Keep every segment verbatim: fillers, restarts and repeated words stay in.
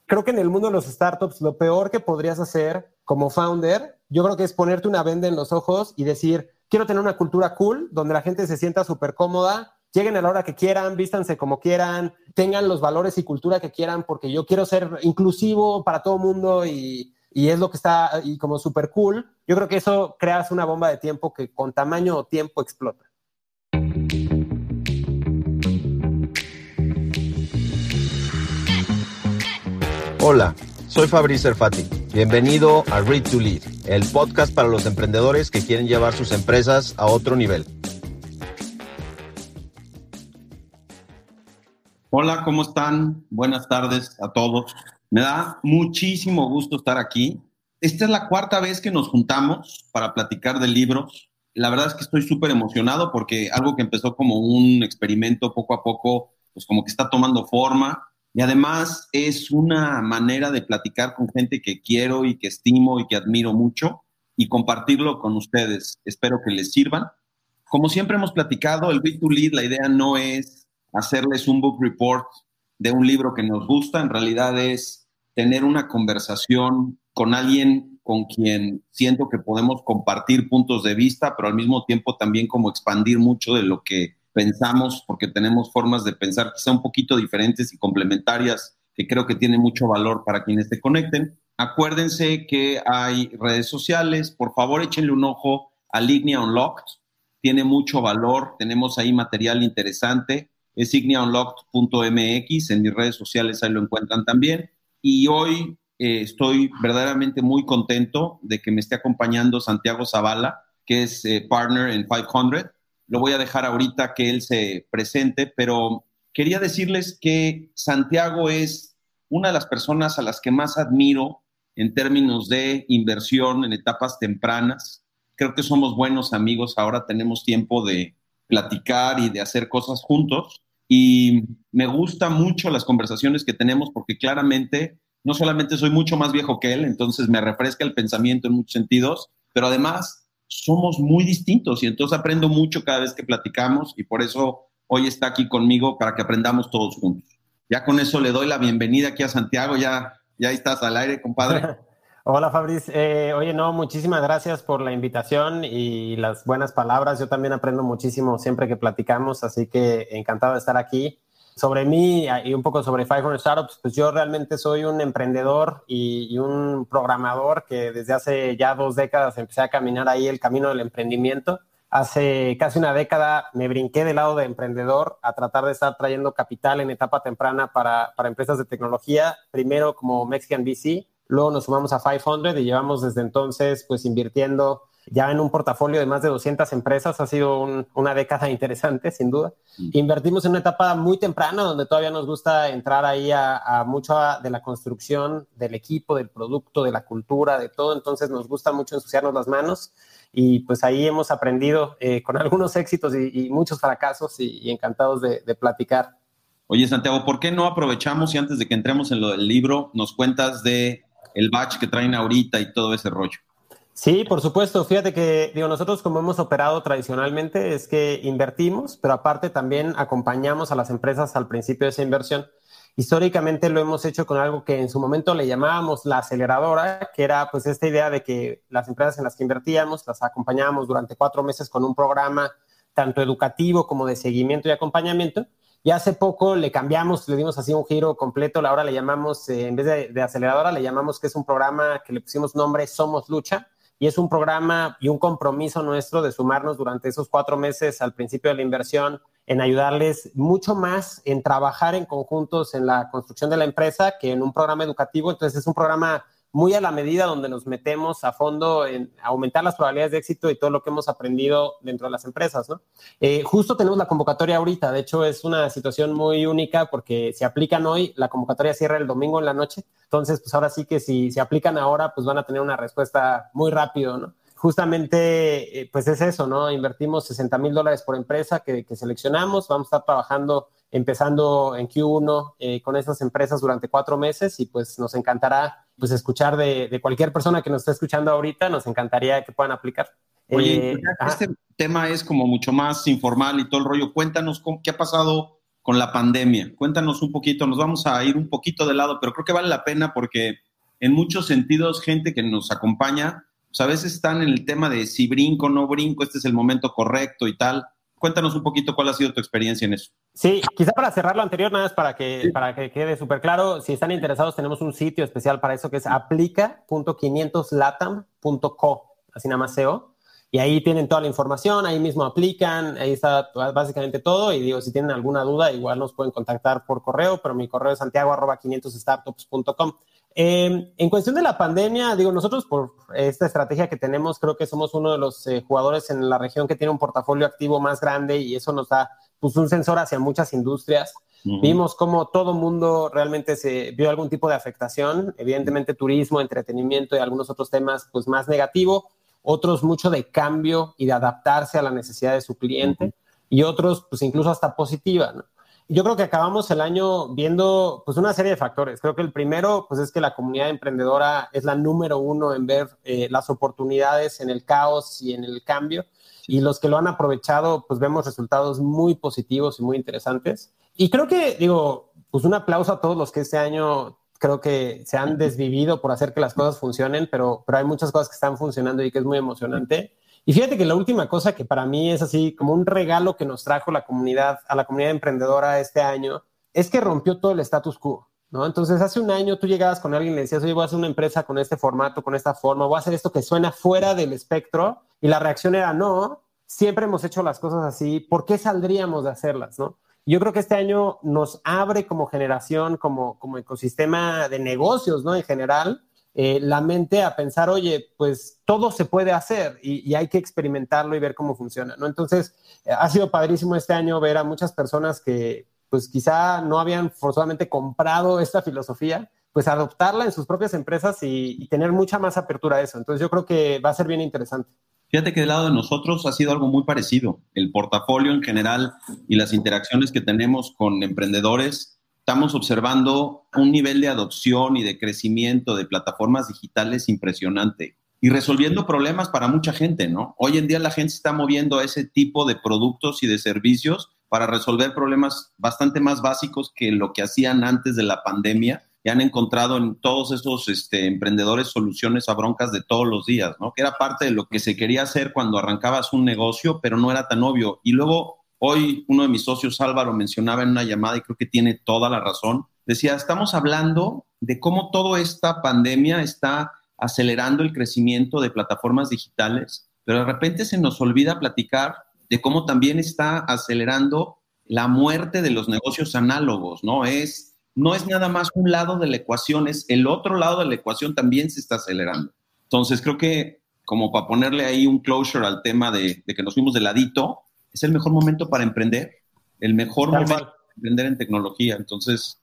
Creo que en el mundo de los startups lo peor que podrías hacer como founder, yo creo que es ponerte una venda en los ojos y decir, quiero tener una cultura cool, donde la gente se sienta súper cómoda, lleguen a la hora que quieran, vístanse como quieran, tengan los valores y cultura que quieran, porque yo quiero ser inclusivo para todo el mundo y, y es lo que está y como súper cool. Yo creo que eso creas una bomba de tiempo que con tamaño o tiempo explota. Hola, soy Fabriz Serfati. Bienvenido a Read to Lead, el podcast para los emprendedores que quieren llevar sus empresas a otro nivel. Hola, ¿cómo están? Buenas tardes a todos. Me da muchísimo gusto estar aquí. Esta es la cuarta vez que nos juntamos para platicar de libros. La verdad es que estoy súper emocionado porque algo que empezó como un experimento poco a poco, pues como que está tomando forma. Y además es una manera de platicar con gente que quiero y que estimo y que admiro mucho y compartirlo con ustedes. Espero que les sirvan. Como siempre hemos platicado, el Read to Lead, la idea no es hacerles un book report de un libro que nos gusta. En realidad es tener una conversación con alguien con quien siento que podemos compartir puntos de vista, pero al mismo tiempo también como expandir mucho de lo que pensamos, porque tenemos formas de pensar quizá un poquito diferentes y complementarias que creo que tienen mucho valor para quienes se conecten. Acuérdense que hay redes sociales. Por favor, échenle un ojo a Ignia Unlocked. Tiene mucho valor. Tenemos ahí material interesante. Es ignia unlocked punto m x. En mis redes sociales ahí lo encuentran también. Y hoy eh, estoy verdaderamente muy contento de que me esté acompañando Santiago Zavala, que es eh, partner en quinientos. Lo voy a dejar ahorita que él se presente, pero quería decirles que Santiago es una de las personas a las que más admiro en términos de inversión en etapas tempranas. Creo que somos buenos amigos, ahora tenemos tiempo de platicar y de hacer cosas juntos y me gustan mucho las conversaciones que tenemos porque claramente no solamente soy mucho más viejo que él, entonces me refresca el pensamiento en muchos sentidos, pero además somos muy distintos y entonces aprendo mucho cada vez que platicamos y por eso hoy está aquí conmigo para que aprendamos todos juntos. Ya con eso le doy la bienvenida aquí a Santiago. Ya, ya estás al aire, compadre. Hola, Fabriz. Eh, oye, no, muchísimas gracias por la invitación y las buenas palabras. Yo también aprendo muchísimo siempre que platicamos, así que encantado de estar aquí. Sobre mí y un poco sobre quinientos Startups, pues yo realmente soy un emprendedor y, y un programador que desde hace ya dos décadas empecé a caminar ahí el camino del emprendimiento. Hace casi una década me brinqué del lado de emprendedor a tratar de estar trayendo capital en etapa temprana para, para empresas de tecnología, primero como Mexican V C, luego nos sumamos a quinientos y llevamos desde entonces pues invirtiendo ya en un portafolio de más de doscientas empresas. Ha sido un, una década interesante, sin duda. Mm. Invertimos en una etapa muy temprana donde todavía nos gusta entrar ahí a, a mucho de la construcción del equipo, del producto, de la cultura, de todo. Entonces nos gusta mucho ensuciarnos las manos y pues ahí hemos aprendido eh, con algunos éxitos y, y muchos fracasos y, y encantados de, de platicar. Oye, Santiago, ¿por qué no aprovechamos y antes de que entremos en lo del libro nos cuentas de el batch que traen ahorita y todo ese rollo? Sí, por supuesto. Fíjate que digo, nosotros como hemos operado tradicionalmente es que invertimos, pero aparte también acompañamos a las empresas al principio de esa inversión. Históricamente lo hemos hecho con algo que en su momento le llamábamos la aceleradora, que era pues esta idea de que las empresas en las que invertíamos las acompañábamos durante cuatro meses con un programa tanto educativo como de seguimiento y acompañamiento. Y hace poco le cambiamos, le dimos así un giro completo. Ahora le llamamos, eh, en vez de, de aceleradora, le llamamos que es un programa que le pusimos nombre Somos Lucha. Y es un programa y un compromiso nuestro de sumarnos durante esos cuatro meses al principio de la inversión en ayudarles mucho más en trabajar en conjuntos en la construcción de la empresa que en un programa educativo. Entonces es un programa muy a la medida donde nos metemos a fondo en aumentar las probabilidades de éxito y todo lo que hemos aprendido dentro de las empresas, ¿no? Eh, justo tenemos la convocatoria ahorita. De hecho, es una situación muy única porque si aplican hoy, la convocatoria cierra el domingo en la noche. Entonces, pues ahora sí que si se aplican ahora, pues van a tener una respuesta muy rápido, ¿no? Justamente, eh, pues es eso, ¿no? Invertimos sesenta mil dólares por empresa que, que seleccionamos. Vamos a estar trabajando, empezando en Q uno eh, con esas empresas durante cuatro meses y pues nos encantará pues escuchar de, de cualquier persona que nos esté escuchando ahorita. Nos encantaría que puedan aplicar. Oye, eh, este tema es como mucho más informal y todo el rollo. Cuéntanos cómo, qué ha pasado con la pandemia. Cuéntanos un poquito, nos vamos a ir un poquito de lado, pero creo que vale la pena porque en muchos sentidos, gente que nos acompaña, pues a veces están en el tema de si brinco o no brinco, este es el momento correcto y tal. Cuéntanos un poquito cuál ha sido tu experiencia en eso. Sí, quizá para cerrar lo anterior, nada más para que, sí. para que quede súper claro, si están interesados, tenemos un sitio especial para eso que es aplica punto quinientos latam punto co, así nada más S E O, y ahí tienen toda la información, ahí mismo aplican, ahí está básicamente todo, y digo, si tienen alguna duda, igual nos pueden contactar por correo, pero mi correo es santiago arroba quinientos startups punto com. Eh, en cuestión de la pandemia, digo, nosotros por esta estrategia que tenemos, creo que somos uno de los eh, jugadores en la región que tiene un portafolio activo más grande y eso nos da pues, un sensor hacia muchas industrias. Uh-huh. Vimos cómo todo mundo realmente se vio algún tipo de afectación, evidentemente turismo, entretenimiento y algunos otros temas pues más negativo, otros mucho de cambio y de adaptarse a la necesidad de su cliente uh-huh. y otros pues incluso hasta positiva, ¿no? Yo creo que acabamos el año viendo pues una serie de factores. Creo que el primero pues es que la comunidad emprendedora es la número uno en ver eh, las oportunidades en el caos y en el cambio. Y los que lo han aprovechado pues vemos resultados muy positivos y muy interesantes. Y creo que, digo, pues un aplauso a todos los que este año creo que se han desvivido por hacer que las cosas funcionen, pero, pero hay muchas cosas que están funcionando y que es muy emocionante. Y fíjate que la última cosa que para mí es así como un regalo que nos trajo la comunidad, a la comunidad emprendedora este año, es que rompió todo el status quo, ¿no? Entonces, hace un año tú llegabas con alguien y le decías, oye, voy a hacer una empresa con este formato, con esta forma, voy a hacer esto que suena fuera del espectro, y la reacción era, no, siempre hemos hecho las cosas así, ¿por qué saldríamos de hacerlas, no? Yo creo que este año nos abre como generación, como, como ecosistema de negocios, ¿no? En general, Eh, la mente a pensar, oye, pues todo se puede hacer y, y hay que experimentarlo y ver cómo funciona, ¿no? Entonces, eh, ha sido padrísimo este año ver a muchas personas que pues quizá no habían forzosamente comprado esta filosofía, pues adoptarla en sus propias empresas y, y tener mucha más apertura a eso. Entonces, yo creo que va a ser bien interesante. Fíjate que del lado de nosotros ha sido algo muy parecido. El portafolio en general y las interacciones que tenemos con emprendedores, estamos observando un nivel de adopción y de crecimiento de plataformas digitales impresionante y resolviendo problemas para mucha gente, ¿no? Hoy en día la gente se está moviendo a ese tipo de productos y de servicios para resolver problemas bastante más básicos que lo que hacían antes de la pandemia y han encontrado en todos esos este, emprendedores soluciones a broncas de todos los días, ¿no? Que era parte de lo que se quería hacer cuando arrancabas un negocio, pero no era tan obvio. Y luego hoy uno de mis socios, Álvaro, mencionaba en una llamada, y creo que tiene toda la razón, decía, estamos hablando de cómo toda esta pandemia está acelerando el crecimiento de plataformas digitales, pero de repente se nos olvida platicar de cómo también está acelerando la muerte de los negocios análogos, ¿no? Es, no es nada más un lado de la ecuación, es el otro lado de la ecuación también se está acelerando. Entonces creo que, como para ponerle ahí un closure al tema de, de que nos fuimos de ladito, es el mejor momento para emprender, el mejor Tal momento cual. para emprender en tecnología. Entonces,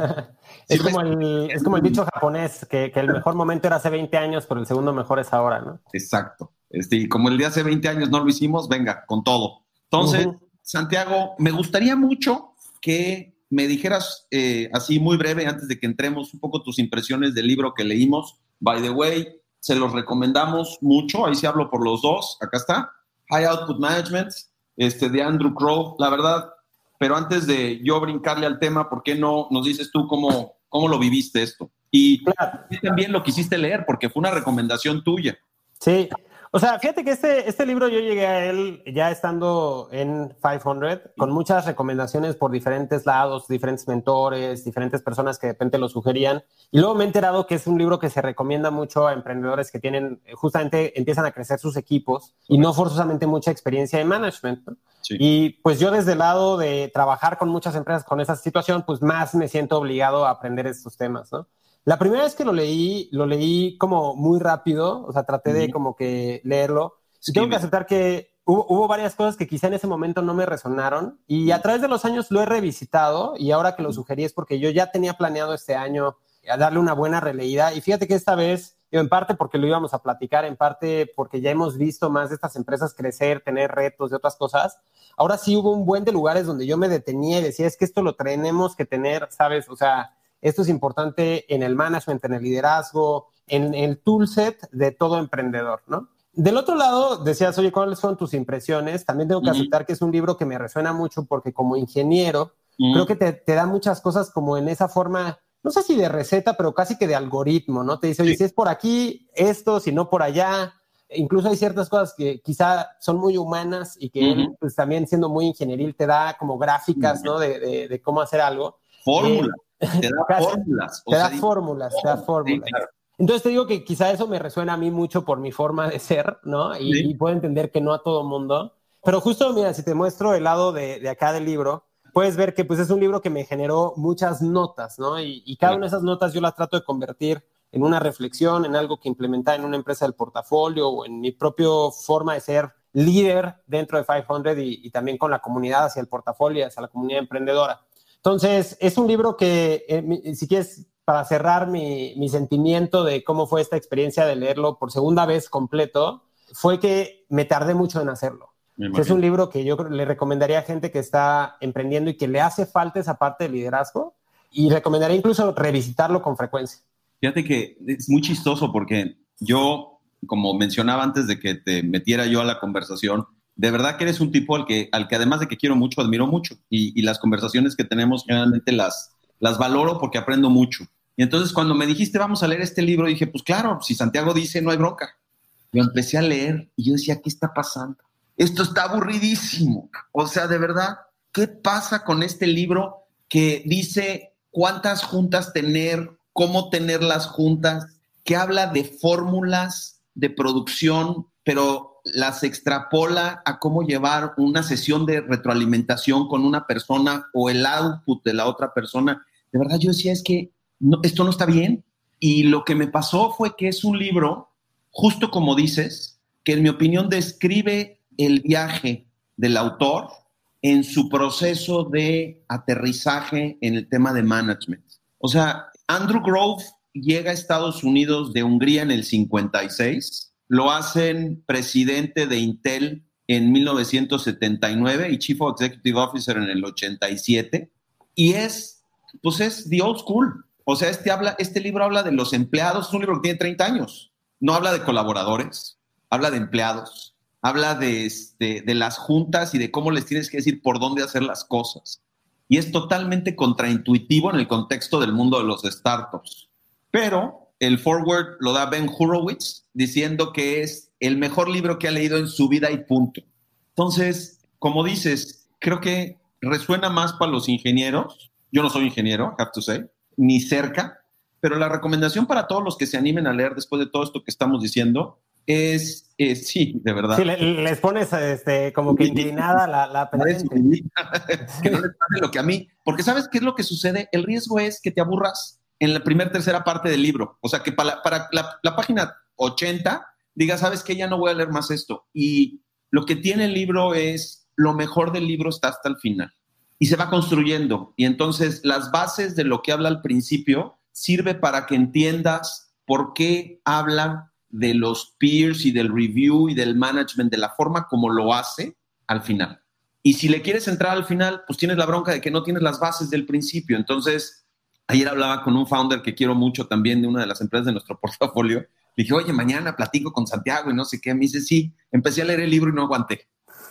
es, como el, es como el dicho japonés, que, que el mejor momento era hace veinte años, pero el segundo mejor es ahora, ¿no? Exacto. Este, y como el de hace veinte años no lo hicimos, venga, con todo. Entonces, uh-huh. Santiago, me gustaría mucho que me dijeras eh, así muy breve, antes de que entremos, un poco tus impresiones del libro que leímos. By the way, se los recomendamos mucho, ahí sí hablo por los dos, acá está, High Output Management, Este, de Andrew Crow, la verdad, pero antes de yo brincarle al tema, ¿por qué no nos dices tú cómo, cómo lo viviste esto? Y claro. También lo quisiste leer, porque fue una recomendación tuya. Sí, o sea, fíjate que este, este libro yo llegué a él ya estando en quinientos, con muchas recomendaciones por diferentes lados, diferentes mentores, diferentes personas que de repente lo sugerían, y luego me he enterado que es un libro que se recomienda mucho a emprendedores que tienen, justamente empiezan a crecer sus equipos y no forzosamente mucha experiencia en management, ¿no? Sí. Y pues yo desde el lado de trabajar con muchas empresas con esa situación, pues más me siento obligado a aprender estos temas, ¿no? La primera vez que lo leí, lo leí como muy rápido, o sea, traté de como que leerlo. Y tengo que aceptar que hubo, hubo varias cosas que quizá en ese momento no me resonaron y a través de los años lo he revisitado y ahora que lo sugerí es porque yo ya tenía planeado este año a darle una buena releída y fíjate que esta vez, en parte porque lo íbamos a platicar, en parte porque ya hemos visto más de estas empresas crecer, tener retos y otras cosas, ahora sí hubo un buen de lugares donde yo me detenía y decía, es que esto lo tenemos que tener, ¿sabes? O sea, esto es importante en el management, en el liderazgo, en el toolset de todo emprendedor, ¿no? Del otro lado, decías, oye, ¿cuáles son tus impresiones? También tengo que uh-huh. aceptar que es un libro que me resuena mucho porque como ingeniero, Mm. Creo que te, te da muchas cosas como en esa forma, no sé si de receta, pero casi que de algoritmo, ¿no? Te dice, oye, sí. si es por aquí, esto, si no por allá. Incluso hay ciertas cosas que quizá son muy humanas y que uh-huh. él, pues también siendo muy ingenieril, te da como gráficas, uh-huh. ¿no? De, de, de cómo hacer algo. Fórmulas. Eh, te da casi, fórmulas. Te da sea, fórmulas, te da fórmulas. Sí, claro. Entonces te digo que quizá eso me resuena a mí mucho por mi forma de ser, ¿no? Y, sí. y puedo entender que no a todo mundo. Pero justo, mira, si te muestro el lado de, de acá del libro, puedes ver que pues, es un libro que me generó muchas notas, ¿no? Y, y cada sí. una de esas notas yo las trato de convertir en una reflexión, en algo que implementar en una empresa del portafolio o en mi propia forma de ser líder dentro de quinientos y, y también con la comunidad hacia el portafolio, hacia la comunidad emprendedora. Entonces, es un libro que, eh, si quieres, para cerrar mi, mi sentimiento de cómo fue esta experiencia de leerlo por segunda vez completo, fue que me tardé mucho en hacerlo. Es un libro que yo le recomendaría a gente que está emprendiendo y que le hace falta esa parte de liderazgo, y recomendaría incluso revisitarlo con frecuencia. Fíjate que es muy chistoso porque yo, como mencionaba antes de que te metiera yo a la conversación, de verdad que eres un tipo al que, al que además de que quiero mucho, admiro mucho. Y, y las conversaciones que tenemos generalmente las, las valoro porque aprendo mucho. Y entonces cuando me dijiste vamos a leer este libro, dije, pues claro, si Santiago dice no hay bronca. Yo empecé a leer y yo decía, ¿qué está pasando? Esto está aburridísimo. O sea, de verdad, ¿qué pasa con este libro que dice cuántas juntas tener, cómo tener las juntas, que habla de fórmulas de producción, pero las extrapola a cómo llevar una sesión de retroalimentación con una persona o el output de la otra persona? De verdad, yo decía, es que no, esto no está bien. Y lo que me pasó fue que es un libro, justo como dices, que en mi opinión describe el viaje del autor en su proceso de aterrizaje en el tema de management. O sea, Andrew Grove llega a Estados Unidos de Hungría en el cincuenta y seis, lo hacen presidente de Intel en mil novecientos setenta y nueve y Chief Executive Officer en el ochenta y siete, y es, pues es the old school. O sea, este, habla, este libro habla de los empleados, es un libro que tiene treinta años, no habla de colaboradores, habla de empleados, habla de, este, de las juntas y de cómo les tienes que decir por dónde hacer las cosas. Y es totalmente contraintuitivo en el contexto del mundo de los startups. Pero el forward lo da Ben Horowitz diciendo que es el mejor libro que ha leído en su vida y punto. Entonces, como dices, creo que resuena más para los ingenieros. Yo no soy ingeniero, I have to say, ni cerca, pero la recomendación para todos los que se animen a leer después de todo esto que estamos diciendo es, es sí, de verdad. Sí, le, les pones este, como que inclinada la, la pendiente. Que no les pase lo que a mí, porque ¿sabes qué es lo que sucede? El riesgo es que te aburras en la primera, tercera parte del libro. O sea, que para, para la, la página ochenta digas, ¿sabes qué? Ya no voy a leer más esto. Y lo que tiene el libro es, lo mejor del libro está hasta el final. Y se va construyendo. Y entonces las bases de lo que habla al principio sirve para que entiendas por qué habla de los peers y del review y del management de la forma como lo hace al final. Y si le quieres entrar al final, pues tienes la bronca de que no tienes las bases del principio. Entonces, ayer hablaba con un founder que quiero mucho también de una de las empresas de nuestro portafolio. Le dije, oye, mañana platico con Santiago y no sé qué. Me dice, sí, empecé a leer el libro y no aguanté.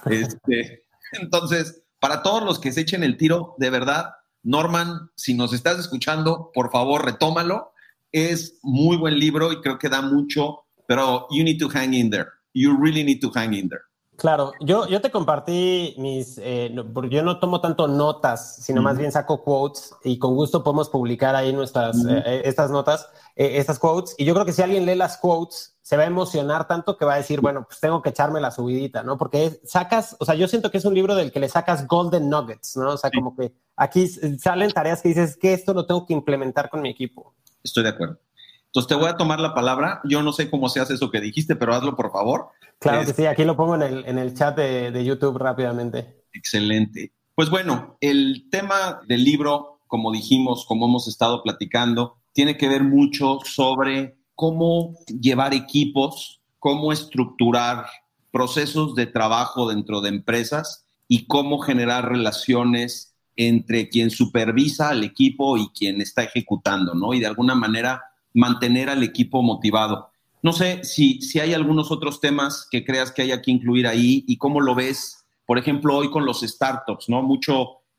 Este, entonces, para todos los que se echen el tiro, de verdad, Norman, si nos estás escuchando, por favor, retómalo. Es muy buen libro y creo que da mucho, pero you need to hang in there. You really need to hang in there. Claro, yo, yo te compartí mis, eh, no, porque yo no tomo tanto notas, sino mm. más bien saco quotes y con gusto podemos publicar ahí nuestras, mm. eh, estas notas, eh, estas quotes. Y yo creo que si alguien lee las quotes, se va a emocionar tanto que va a decir, bueno, pues tengo que echarme la subidita, ¿no? Porque es, sacas, o sea, yo siento que es un libro del que le sacas golden nuggets, ¿no? O sea, sí. como que aquí salen tareas que dices que esto lo tengo que implementar con mi equipo. Estoy de acuerdo. Entonces te voy a tomar la palabra. Yo no sé cómo se hace eso que dijiste, pero hazlo por favor. Claro que sí, aquí lo pongo en el, en el chat de, de YouTube rápidamente. Excelente. Pues bueno, el tema del libro, como dijimos, como hemos estado platicando, tiene que ver mucho sobre cómo llevar equipos, cómo estructurar procesos de trabajo dentro de empresas y cómo generar relaciones entre quien supervisa al equipo y quien está ejecutando, ¿no? Y de alguna manera mantener al equipo motivado. No sé si, si hay algunos otros temas que creas que haya que incluir ahí y cómo lo ves, por ejemplo, hoy con los startups, ¿no? Mucho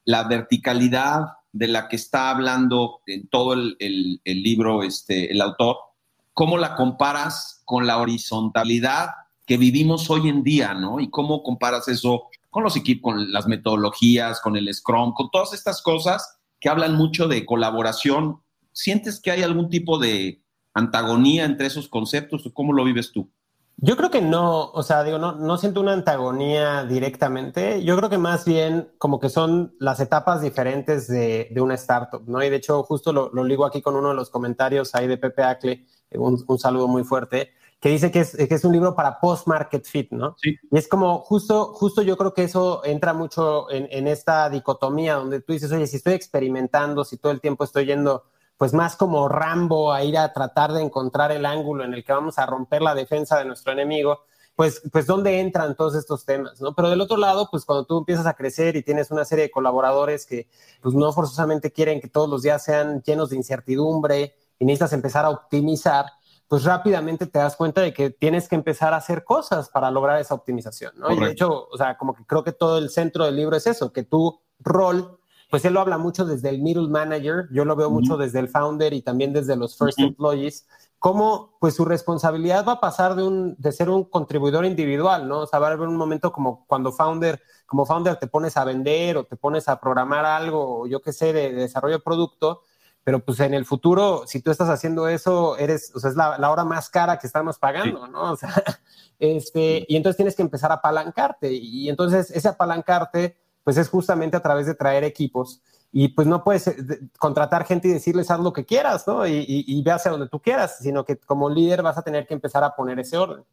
la verticalidad de la que está hablando en todo el, el, el libro este, el autor, ¿cómo la comparas con la horizontalidad que vivimos hoy en día, ¿no? Y cómo comparas eso con los equipos, con las metodologías, con el Scrum, con todas estas cosas que hablan mucho de colaboración. ¿Sientes que hay algún tipo de antagonía entre esos conceptos o cómo lo vives tú? Yo creo que no, o sea, digo, no, no siento una antagonía directamente. Yo creo que más bien como que son las etapas diferentes de, de una startup, ¿no? Y de hecho justo lo, lo ligo aquí con uno de los comentarios ahí de Pepe Acle, un, un saludo muy fuerte, que dice que es, que es un libro para post-market fit, ¿no? Sí. Y es como justo, justo yo creo que eso entra mucho en, en esta dicotomía donde tú dices, oye, si estoy experimentando, si todo el tiempo estoy yendo pues más como Rambo a ir a tratar de encontrar el ángulo en el que vamos a romper la defensa de nuestro enemigo, pues, pues ¿dónde entran todos estos temas, ¿no? Pero del otro lado, pues cuando tú empiezas a crecer y tienes una serie de colaboradores que pues no forzosamente quieren que todos los días sean llenos de incertidumbre y necesitas empezar a optimizar, pues rápidamente te das cuenta de que tienes que empezar a hacer cosas para lograr esa optimización, ¿no? Correcto. Y de hecho, o sea, como que creo que todo el centro del libro es eso, que tu rol, pues él lo habla mucho desde el middle manager, yo lo veo uh-huh. mucho desde el founder y también desde los first uh-huh. employees, cómo pues su responsabilidad va a pasar de, un, de ser un contribuidor individual, ¿no? O sea, va a haber un momento como cuando founder, como founder te pones a vender o te pones a programar algo, o yo qué sé, de, de desarrollo de producto, pero pues en el futuro, si tú estás haciendo eso, eres, o sea, es la, la hora más cara que estamos pagando, sí. ¿no? O sea, este, y entonces tienes que empezar a apalancarte, y entonces ese apalancarte pues es justamente a través de traer equipos y pues no puedes contratar gente y decirles haz lo que quieras, ¿no? Y, y, y ve hacia donde tú quieras, sino que como líder vas a tener que empezar a poner ese orden.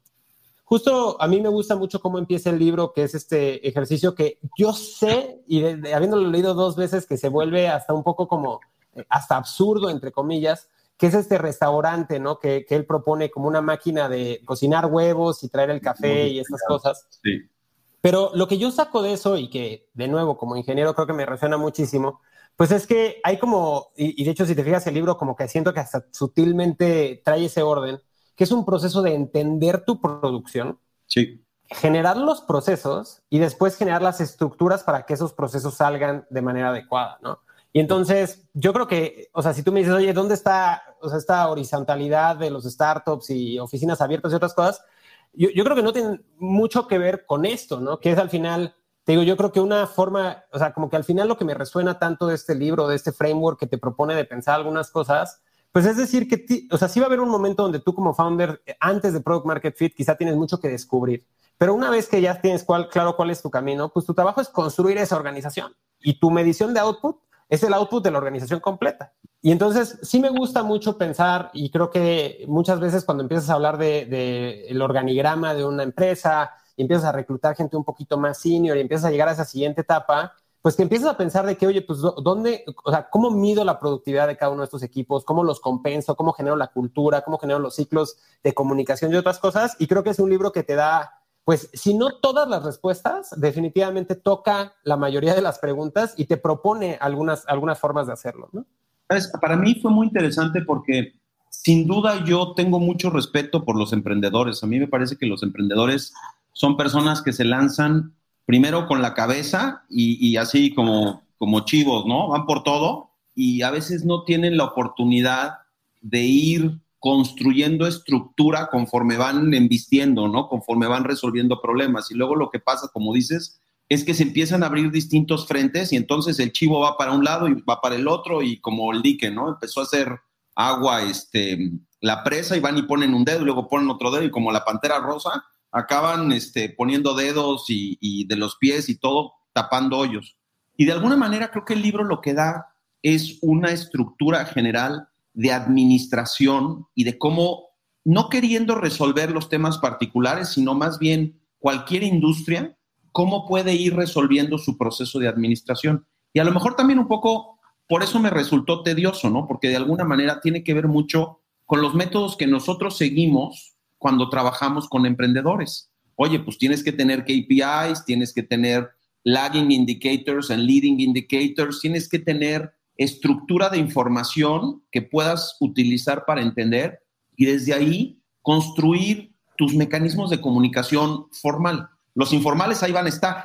Justo a mí me gusta mucho cómo empieza el libro, que es este ejercicio que yo sé, y de, de, habiéndolo leído dos veces, que se vuelve hasta un poco como, hasta absurdo, entre comillas, que es este restaurante, ¿no? Que, que él propone como una máquina de cocinar huevos y traer el café y estas cosas. Sí. Pero lo que yo saco de eso y que, de nuevo, como ingeniero creo que me resuena muchísimo, pues es que hay como, y, y de hecho si te fijas el libro como que siento que hasta sutilmente trae ese orden, que es un proceso de entender tu producción, sí. generar los procesos y después generar las estructuras para que esos procesos salgan de manera adecuada, ¿no? Y entonces yo creo que, o sea, si tú me dices, oye, ¿dónde está, o sea, esta horizontalidad de los startups y oficinas abiertas y otras cosas? Yo, yo creo que no tienen mucho que ver con esto, ¿no? Que es al final, te digo, yo creo que una forma, o sea, como que al final lo que me resuena tanto de este libro, de este framework que te propone de pensar algunas cosas, pues es decir que, ti, o sea, sí va a haber un momento donde tú como founder, antes de Product Market Fit, quizá tienes mucho que descubrir. Pero una vez que ya tienes cual, claro cuál es tu camino, pues tu trabajo es construir esa organización. Y tu medición de output es el output de la organización completa. Y entonces sí me gusta mucho pensar, y creo que muchas veces cuando empiezas a hablar de, de el organigrama de una empresa y empiezas a reclutar gente un poquito más senior y empiezas a llegar a esa siguiente etapa, pues que empiezas a pensar de que, oye, pues ¿dónde, o sea, cómo mido la productividad de cada uno de estos equipos? ¿Cómo los compenso? ¿Cómo genero la cultura? ¿Cómo genero los ciclos de comunicación y otras cosas? Y creo que es un libro que te da, pues, si no todas las respuestas, definitivamente toca la mayoría de las preguntas y te propone algunas, algunas formas de hacerlo, ¿no? Para mí fue muy interesante porque sin duda yo tengo mucho respeto por los emprendedores. A mí me parece que los emprendedores son personas que se lanzan primero con la cabeza y, y así como, como chivos, ¿no? Van por todo y a veces no tienen la oportunidad de ir construyendo estructura conforme van embistiendo, ¿no? Conforme van resolviendo problemas. Y luego lo que pasa, como dices, es que se empiezan a abrir distintos frentes y entonces el chivo va para un lado y va para el otro y como el dique, ¿no? Empezó a hacer agua este, la presa y van y ponen un dedo y luego ponen otro dedo y como la pantera rosa acaban este, poniendo dedos y, y de los pies y todo tapando hoyos. Y de alguna manera creo que el libro lo que da es una estructura general de administración y de cómo, no queriendo resolver los temas particulares, sino más bien cualquier industria, cómo puede ir resolviendo su proceso de administración. Y a lo mejor también un poco, por eso me resultó tedioso, ¿no? Porque de alguna manera tiene que ver mucho con los métodos que nosotros seguimos cuando trabajamos con emprendedores. Oye, pues tienes que tener K P Is, tienes que tener lagging indicators and leading indicators, tienes que tener estructura de información que puedas utilizar para entender y desde ahí construir tus mecanismos de comunicación formal. Los informales ahí van a estar,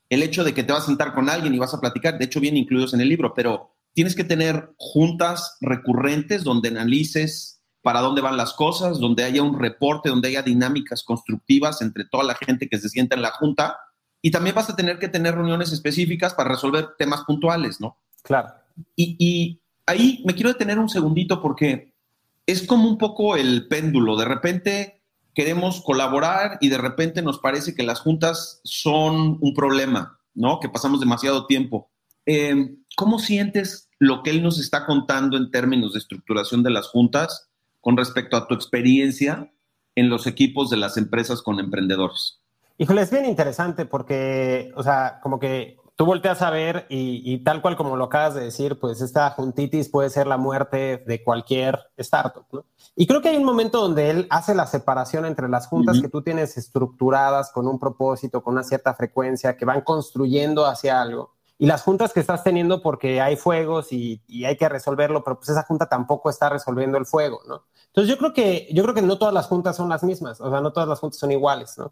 el hecho de que te vas a sentar con alguien y vas a platicar, de hecho vienen incluidos en el libro, pero tienes que tener juntas recurrentes donde analices para dónde van las cosas, donde haya un reporte, donde haya dinámicas constructivas entre toda la gente que se sienta en la junta, y también vas a tener que tener reuniones específicas para resolver temas puntuales, ¿no? Claro. Y, y ahí me quiero detener un segundito porque es como un poco el péndulo. De repente queremos colaborar y de repente nos parece que las juntas son un problema, ¿no? Que pasamos demasiado tiempo. Eh, ¿Cómo sientes lo que él nos está contando en términos de estructuración de las juntas con respecto a tu experiencia en los equipos de las empresas con emprendedores? Híjole, es bien interesante porque, o sea, como que tú volteas a ver y, y tal cual como lo acabas de decir, pues esta juntitis puede ser la muerte de cualquier startup, ¿no? Y creo que hay un momento donde él hace la separación entre las juntas uh-huh. que tú tienes estructuradas con un propósito, con una cierta frecuencia, que van construyendo hacia algo, y las juntas que estás teniendo porque hay fuegos y, y hay que resolverlo, pero pues esa junta tampoco está resolviendo el fuego, ¿no? Entonces yo creo que, yo creo que no todas las juntas son las mismas, o sea, no todas las juntas son iguales, ¿no?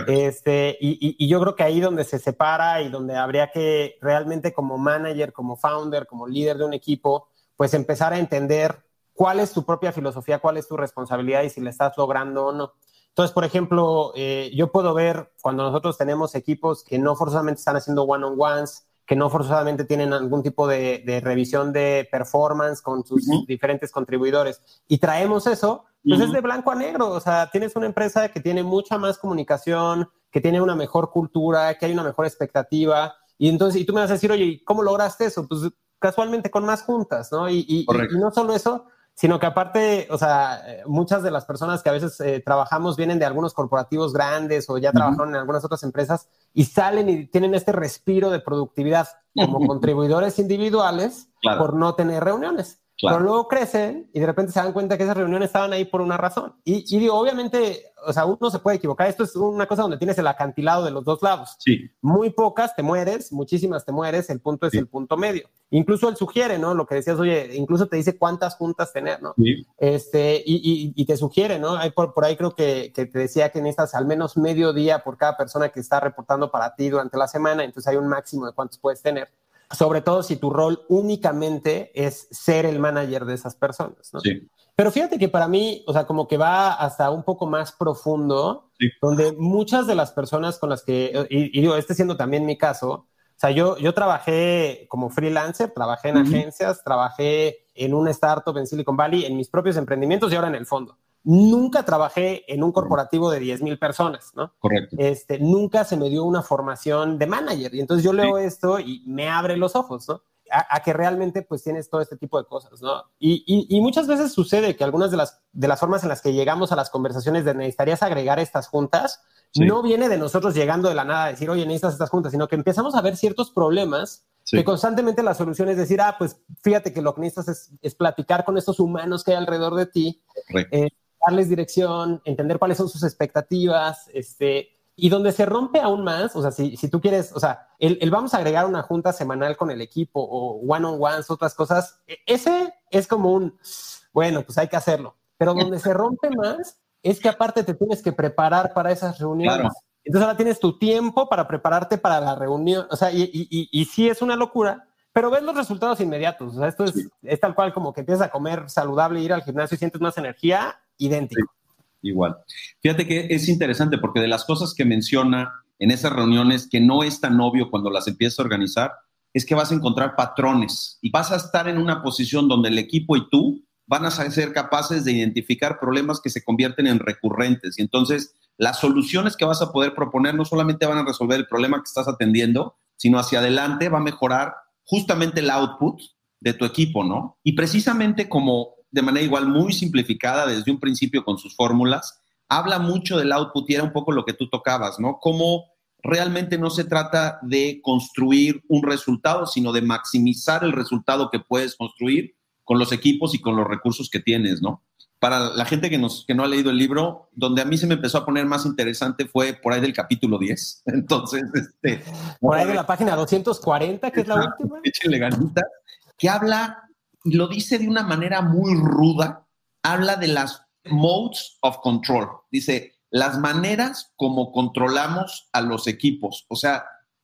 Este, y, y, y yo creo que ahí donde se separa y donde habría que realmente como manager, como founder, como líder de un equipo, pues empezar a entender cuál es tu propia filosofía, cuál es tu responsabilidad y si la estás logrando o no. Entonces, por ejemplo, eh, yo puedo ver cuando nosotros tenemos equipos que no forzosamente están haciendo one-on-ones, que no forzosamente tienen algún tipo de, de revisión de performance con sus uh-huh. diferentes contribuidores y traemos eso, pues uh-huh. es de blanco a negro. O sea, tienes una empresa que tiene mucha más comunicación, que tiene una mejor cultura, que hay una mejor expectativa, y entonces, y tú me vas a decir, oye, ¿cómo lograste eso? Pues casualmente con más juntas, ¿no? Y, y, y no solo eso, sino que aparte, o sea, muchas de las personas que a veces eh, trabajamos vienen de algunos corporativos grandes o ya uh-huh. trabajaron en algunas otras empresas y salen y tienen este respiro de productividad como uh-huh. contribuidores individuales claro. por no tener reuniones. Claro. Pero luego crecen y de repente se dan cuenta que esas reuniones estaban ahí por una razón. Y, y digo, obviamente, o sea, uno se puede equivocar. Esto es una cosa donde tienes el acantilado de los dos lados. Sí. Muy pocas te mueres, muchísimas te mueres. El punto es sí. el punto medio. Incluso él sugiere, ¿no? Lo que decías, oye, incluso te dice cuántas juntas tener, ¿no? Sí. Este, y, y, y te sugiere, ¿no? Hay por, por ahí creo que, que te decía que necesitas al menos medio día por cada persona que está reportando para ti durante la semana. Entonces hay un máximo de cuántos puedes tener. Sobre todo si tu rol únicamente es ser el manager de esas personas, ¿no? Sí. Pero fíjate que para mí, o sea, como que va hasta un poco más profundo, sí. donde muchas de las personas con las que, y, y digo, este siendo también mi caso, o sea, yo, yo trabajé como freelancer, trabajé en uh-huh. agencias, trabajé en una startup en Silicon Valley, en mis propios emprendimientos y ahora en el fondo. Nunca trabajé en un corporativo de diez mil personas, ¿no? Correcto. Este, nunca se me dio una formación de manager. Y entonces yo leo sí. esto y me abre los ojos, ¿no? A, a que realmente pues tienes todo este tipo de cosas, ¿no? Y, y, y muchas veces sucede que algunas de las, de las formas en las que llegamos a las conversaciones de necesitarías agregar estas juntas, sí. no viene de nosotros llegando de la nada a decir, oye, necesitas estas juntas, sino que empezamos a ver ciertos problemas sí. que constantemente la solución es decir, ah, pues fíjate que lo que necesitas es, es platicar con estos humanos que hay alrededor de ti, eh, darles dirección, entender cuáles son sus expectativas, este, y donde se rompe aún más, o sea, si, si tú quieres, o sea, el, el vamos a agregar una junta semanal con el equipo o one-on-ones, otras cosas, ese es como un, bueno, pues hay que hacerlo. Pero donde se rompe más es que aparte te tienes que preparar para esas reuniones. Claro. Entonces ahora tienes tu tiempo para prepararte para la reunión, o sea, y, y, y, y sí es una locura, pero ves los resultados inmediatos. O sea, esto es, sí. es tal cual como que empiezas a comer saludable, ir al gimnasio y sientes más energía, idéntico. Sí, igual. Fíjate que es interesante porque de las cosas que menciona en esas reuniones que no es tan obvio cuando las empiezas a organizar, es que vas a encontrar patrones y vas a estar en una posición donde el equipo y tú van a ser capaces de identificar problemas que se convierten en recurrentes. Y entonces las soluciones que vas a poder proponer no solamente van a resolver el problema que estás atendiendo, sino hacia adelante va a mejorar justamente el output de tu equipo, ¿no? Y precisamente como de manera igual muy simplificada desde un principio con sus fórmulas, habla mucho del output y era un poco lo que tú tocabas, ¿no? Cómo realmente no se trata de construir un resultado, sino de maximizar el resultado que puedes construir con los equipos y con los recursos que tienes, ¿no? Para la gente que, nos, que no ha leído el libro, donde a mí se me empezó a poner más interesante fue por ahí del capítulo diez. Entonces, este... Por ahí de la página doscientos cuarenta, que es la última. Échenle ganitas, que habla, y lo dice de una manera muy ruda, habla de las modes of control. Dice, las maneras como controlamos a los equipos. O sea,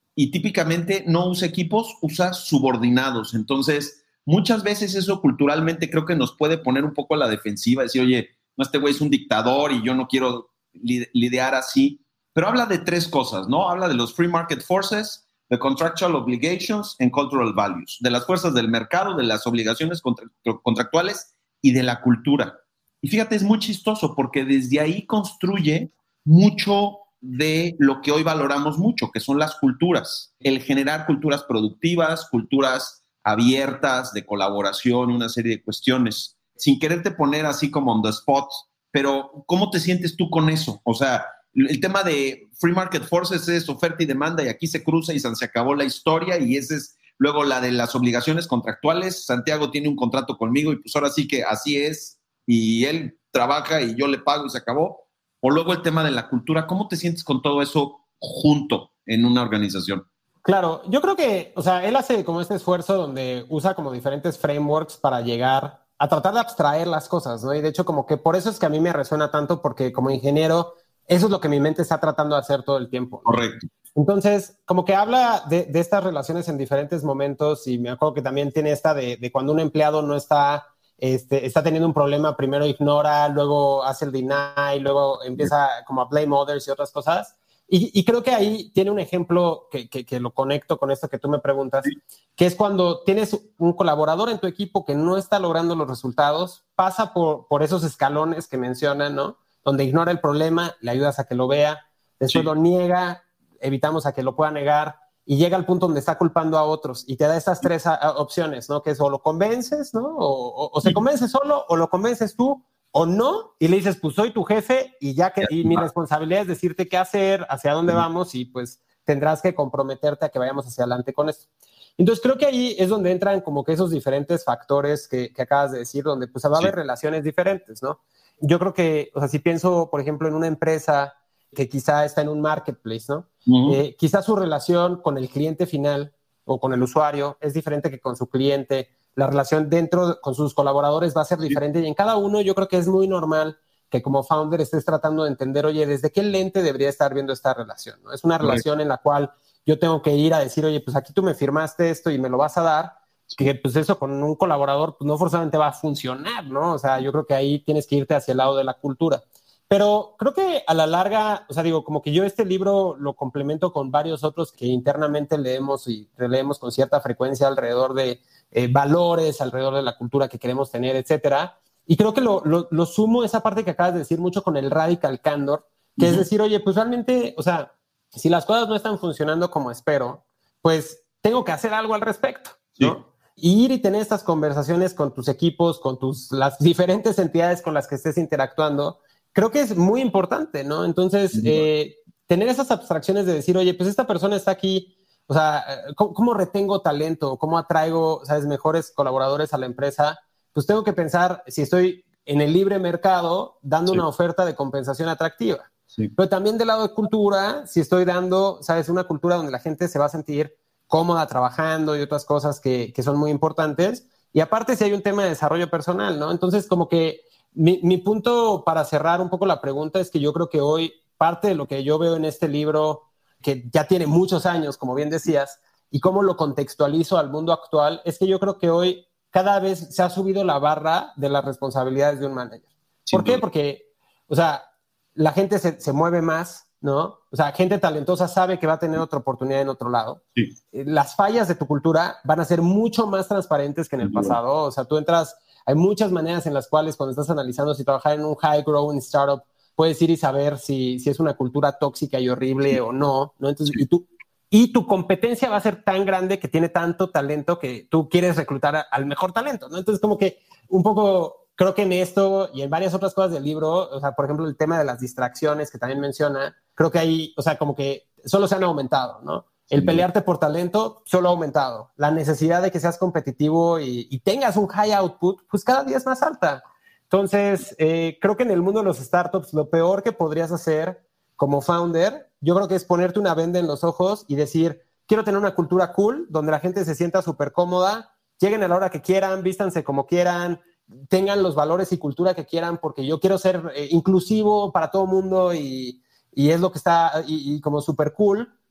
y típicamente no usa equipos, usa subordinados. Entonces, muchas veces eso culturalmente creo que nos puede poner un poco a la defensiva, decir, oye, no, este güey es un dictador y yo no quiero lidiar así. Pero habla de tres cosas, ¿no? Habla de los free market forces, de contractual obligations and cultural values, de las fuerzas del mercado, de las obligaciones contra- contractuales y de la cultura. Y fíjate, es muy chistoso porque desde ahí construye mucho de lo que hoy valoramos mucho, que son las culturas. El generar culturas productivas, culturas abiertas, de colaboración, una serie de cuestiones. Sin quererte poner así como on the spot, pero ¿cómo te sientes tú con eso? O sea, el tema de free market forces es oferta y demanda y aquí se cruza y se acabó la historia y ese es luego la de las obligaciones contractuales. Santiago tiene un contrato conmigo y pues ahora sí que así es y él trabaja y yo le pago y se acabó. O luego el tema de la cultura. ¿Cómo te sientes con todo eso junto en una organización? Claro, yo creo que, o sea, él hace como este esfuerzo donde usa como diferentes frameworks para llegar a tratar de abstraer las cosas, ¿no? Y de hecho como que por eso es que a mí me resuena tanto porque como ingeniero eso es lo que mi mente está tratando de hacer todo el tiempo, ¿no? Correcto. Entonces, como que habla de, de estas relaciones en diferentes momentos y me acuerdo que también tiene esta de, de cuando un empleado no está, este, está teniendo un problema, primero ignora, luego hace el deny, luego empieza como a blame others y otras cosas. Y, y creo que ahí tiene un ejemplo que, que, que lo conecto con esto que tú me preguntas, sí. Que es cuando tienes un colaborador en tu equipo que no está logrando los resultados, pasa por, por esos escalones que mencionan, ¿no? Donde ignora el problema, le ayudas a que lo vea, después sí. Lo niega, evitamos a que lo pueda negar y llega al punto donde está culpando a otros y te da estas tres a, a opciones, ¿no? Que es o lo convences, ¿no? O, o, o se convence solo o lo convences tú o no y le dices, pues soy tu jefe y ya que y mi responsabilidad es decirte qué hacer, hacia dónde vamos y pues tendrás que comprometerte a que vayamos hacia adelante con esto. Entonces creo que ahí es donde entran como que esos diferentes factores que, que acabas de decir, donde pues va a haber sí. relaciones diferentes, ¿no? Yo creo que, o sea, si pienso, por ejemplo, en una empresa que quizá está en un marketplace, ¿no? Uh-huh. Eh, quizá su relación con el cliente final o con el usuario es diferente que con su cliente. La relación dentro con sus colaboradores va a ser diferente sí. Y en cada uno yo creo que es muy normal que como founder estés tratando de entender, oye, ¿desde qué lente debería estar viendo esta relación? ¿No? Es una relación right. en la cual yo tengo que ir a decir, oye, pues aquí tú me firmaste esto y me lo vas a dar, que pues eso con un colaborador pues no forzosamente va a funcionar, ¿no? O sea, yo creo que ahí tienes que irte hacia el lado de la cultura. Pero creo que a la larga, o sea, digo, como que yo este libro lo complemento con varios otros que internamente leemos y releemos con cierta frecuencia alrededor de eh, valores, alrededor de la cultura que queremos tener, etcétera. Y creo que lo, lo, lo sumo esa parte que acabas de decir mucho con el radical candor, que uh-huh. es decir, oye, pues realmente, o sea, si las cosas no están funcionando como espero, pues tengo que hacer algo al respecto, ¿no? Sí. Y ir y tener estas conversaciones con tus equipos, con tus, las diferentes entidades con las que estés interactuando, creo que es muy importante, ¿no? Entonces, uh-huh. eh, tener esas abstracciones de decir, oye, pues esta persona está aquí, o sea, ¿cómo, cómo retengo talento? ¿Cómo atraigo, sabes, mejores colaboradores a la empresa? Pues tengo que pensar si estoy en el libre mercado dando sí. una oferta de compensación atractiva. Sí. Pero también del lado de cultura, si estoy dando, sabes, una cultura donde la gente se va a sentir cómoda trabajando y otras cosas que, que son muy importantes. Y aparte si hay un tema de desarrollo personal, ¿no? Entonces como que mi, mi punto para cerrar un poco la pregunta es que yo creo que hoy parte de lo que yo veo en este libro, que ya tiene muchos años, como bien decías, y cómo lo contextualizo al mundo actual, es que yo creo que hoy cada vez se ha subido la barra de las responsabilidades de un manager. Sí, ¿por qué? No. Porque, o sea, la gente se, se mueve más, ¿no? O sea, gente talentosa sabe que va a tener otra oportunidad en otro lado. Sí. Las fallas de tu cultura van a ser mucho más transparentes que en el sí, pasado. O sea, tú entras, hay muchas maneras en las cuales cuando estás analizando si trabajar en un high growing startup, puedes ir y saber si, si es una cultura tóxica y horrible sí. o no, ¿no? Entonces, sí. y tú... Y tu competencia va a ser tan grande que tiene tanto talento que tú quieres reclutar a, al mejor talento, ¿no? Entonces, como que un poco, creo que en esto y en varias otras cosas del libro, o sea, por ejemplo, el tema de las distracciones que también menciona, creo que ahí, o sea, como que solo se han aumentado, ¿no? El sí. pelearte por talento solo ha aumentado. La necesidad de que seas competitivo y, y tengas un high output, pues cada día es más alta. Entonces, eh, creo que en el mundo de los startups, lo peor que podrías hacer como founder, yo creo que es ponerte una venda en los ojos y decir, quiero tener una cultura cool, donde la gente se sienta súper cómoda, lleguen a la hora que quieran, vístanse como quieran, tengan los valores y cultura que quieran, porque yo quiero ser eh, inclusivo para todo el mundo y, y es lo que está, y, y como súper cool.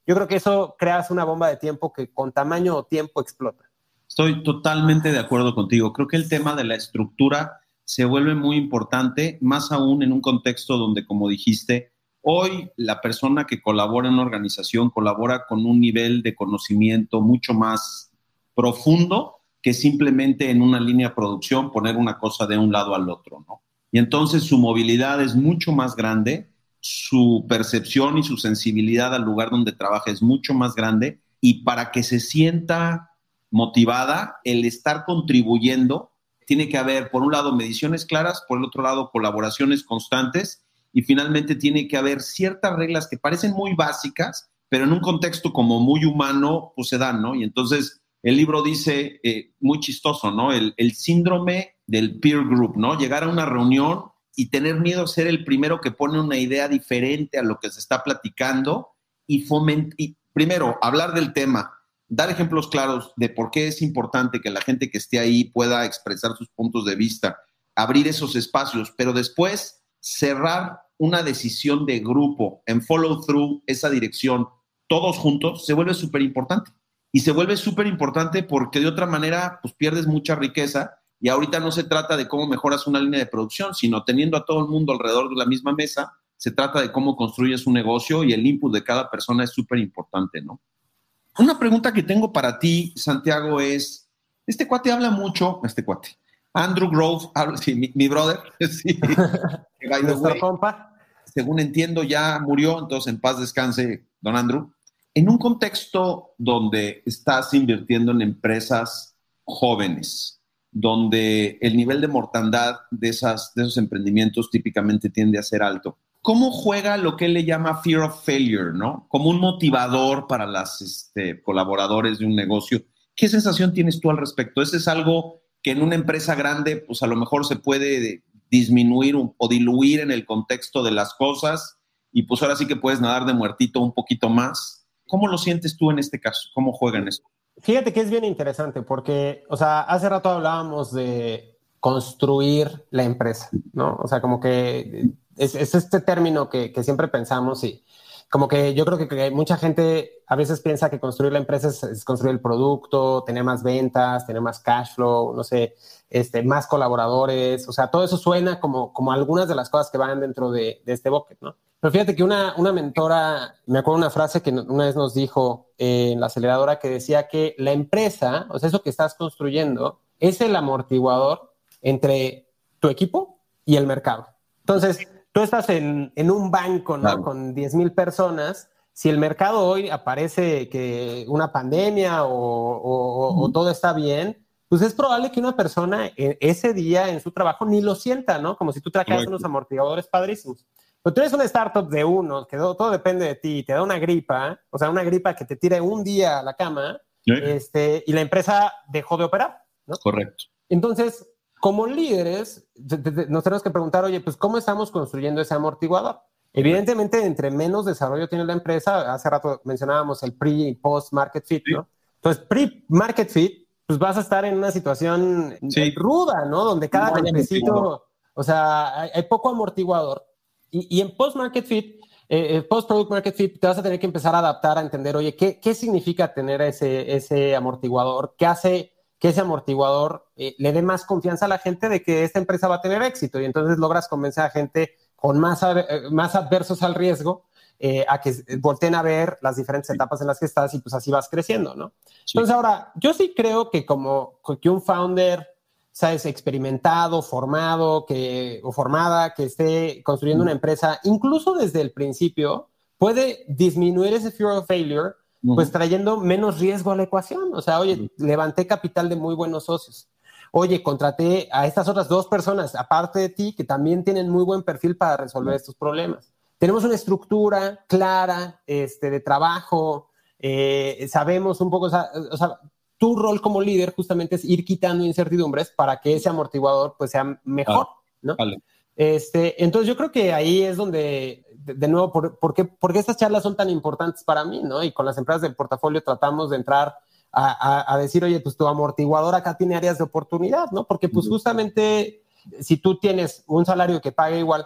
yo creo que eso creas una bomba de tiempo que con tamaño o tiempo explota. Estoy totalmente de acuerdo contigo. Creo que el tema de la estructura se vuelve muy importante, más aún en un contexto donde, como dijiste, hoy la persona que colabora en una organización colabora con un nivel de conocimiento mucho más profundo que simplemente en una línea de producción poner una cosa de un lado al otro, ¿no? Y entonces su movilidad es mucho más grande, su percepción y su sensibilidad al lugar donde trabaja es mucho más grande, y para que se sienta motivada, el estar contribuyendo, tiene que haber, por un lado, mediciones claras, por el otro lado, colaboraciones constantes, y finalmente tiene que haber ciertas reglas que parecen muy básicas, pero en un contexto como muy humano, pues se dan, ¿no? Y entonces el libro dice, eh, muy chistoso, ¿no? El, el síndrome del peer group, ¿no? Llegar a una reunión y tener miedo a ser el primero que pone una idea diferente a lo que se está platicando y fomentar, y primero, hablar del tema, dar ejemplos claros de por qué es importante que la gente que esté ahí pueda expresar sus puntos de vista, abrir esos espacios, pero después cerrar una decisión de grupo en follow through, esa dirección, todos juntos, se vuelve súper importante. Y se vuelve súper importante porque de otra manera pues pierdes mucha riqueza, y ahorita no se trata de cómo mejoras una línea de producción, sino teniendo a todo el mundo alrededor de la misma mesa, se trata de cómo construyes un negocio, y el input de cada persona es súper importante, ¿no? Una pregunta que tengo para ti, Santiago, es, este cuate habla mucho, este cuate, Andrew Grove, habla, sí, mi, mi brother, sí, by the way, compa. Según entiendo ya murió, entonces en paz descanse don Andrew. En un contexto donde estás invirtiendo en empresas jóvenes, donde el nivel de mortandad de, esas, de esos emprendimientos típicamente tiende a ser alto, ¿cómo juega lo que él le llama fear of failure, ¿no? Como un motivador para los este, colaboradores de un negocio? ¿Qué sensación tienes tú al respecto? ¿Ese es algo que en una empresa grande, pues a lo mejor se puede disminuir o diluir en el contexto de las cosas, y pues ahora sí que puedes nadar de muertito un poquito más? ¿Cómo lo sientes tú en este caso? ¿Cómo juegan eso? Fíjate que es bien interesante porque, o sea, hace rato hablábamos de construir la empresa, ¿no? O sea, como que es, es este término que, que siempre pensamos, y como que yo creo que, que mucha gente a veces piensa que construir la empresa es, es construir el producto, tener más ventas, tener más cash flow, no sé, este, más colaboradores. O sea, todo eso suena como, como algunas de las cosas que van dentro de, de este bucket, ¿no? Pero fíjate que una, una mentora, me acuerdo una frase que una vez nos dijo eh, en la aceleradora, que decía que la empresa, o sea, eso que estás construyendo, es el amortiguador entre tu equipo y el mercado. Entonces, tú estás en, en un banco, ¿no? Claro. Con diez mil personas. Si el mercado hoy aparece que una pandemia o, o, uh-huh. o todo está bien, pues es probable que una persona ese día en su trabajo ni lo sienta, ¿no? Como si tú trajeras unos amortiguadores padrísimos. Pero tú eres una startup de uno, que todo, todo depende de ti, te da una gripa, o sea, una gripa que te tire un día a la cama, ¿sí? este, y la empresa dejó de operar, ¿no? Correcto. Entonces, como líderes, nos tenemos que preguntar, oye, pues, ¿cómo estamos construyendo ese amortiguador? Evidentemente, entre menos desarrollo tiene la empresa, hace rato mencionábamos el pre y post market fit, ¿no? Sí. Entonces, pre market fit, pues vas a estar en una situación sí. ruda, ¿no? Donde cada golpecito, o sea, hay, hay poco amortiguador. Y, y en post market fit, eh, post product market fit, te vas a tener que empezar a adaptar a entender, oye, ¿qué, qué significa tener ese, ese amortiguador? ¿Qué hace que ese amortiguador eh, le dé más confianza a la gente de que esta empresa va a tener éxito? Y entonces logras convencer a gente con más, más adversos al riesgo eh, a que volteen a ver las diferentes etapas en las que estás, y pues así vas creciendo, ¿no? Sí. Entonces ahora, yo sí creo que como que un founder, ¿sabes?, experimentado, formado, que, o formada, que esté construyendo uh-huh. una empresa, incluso desde el principio, puede disminuir ese fear of failure, uh-huh. pues trayendo menos riesgo a la ecuación. O sea, oye, uh-huh. levanté capital de muy buenos socios. Oye, contraté a estas otras dos personas, aparte de ti, que también tienen muy buen perfil para resolver uh-huh. estos problemas. Tenemos una estructura clara este, de trabajo, eh, sabemos un poco, o sea, o sea, tu rol como líder justamente es ir quitando incertidumbres para que ese amortiguador pues sea mejor, ¿no? Vale. Este, entonces yo creo que ahí es donde, de, de nuevo, por, por, qué, por qué estas charlas son tan importantes para mí, ¿no? Y con las empresas del portafolio tratamos de entrar a, a, a decir, oye, pues tu amortiguador acá tiene áreas de oportunidad, ¿no? Porque pues justamente si tú tienes un salario que paga igual,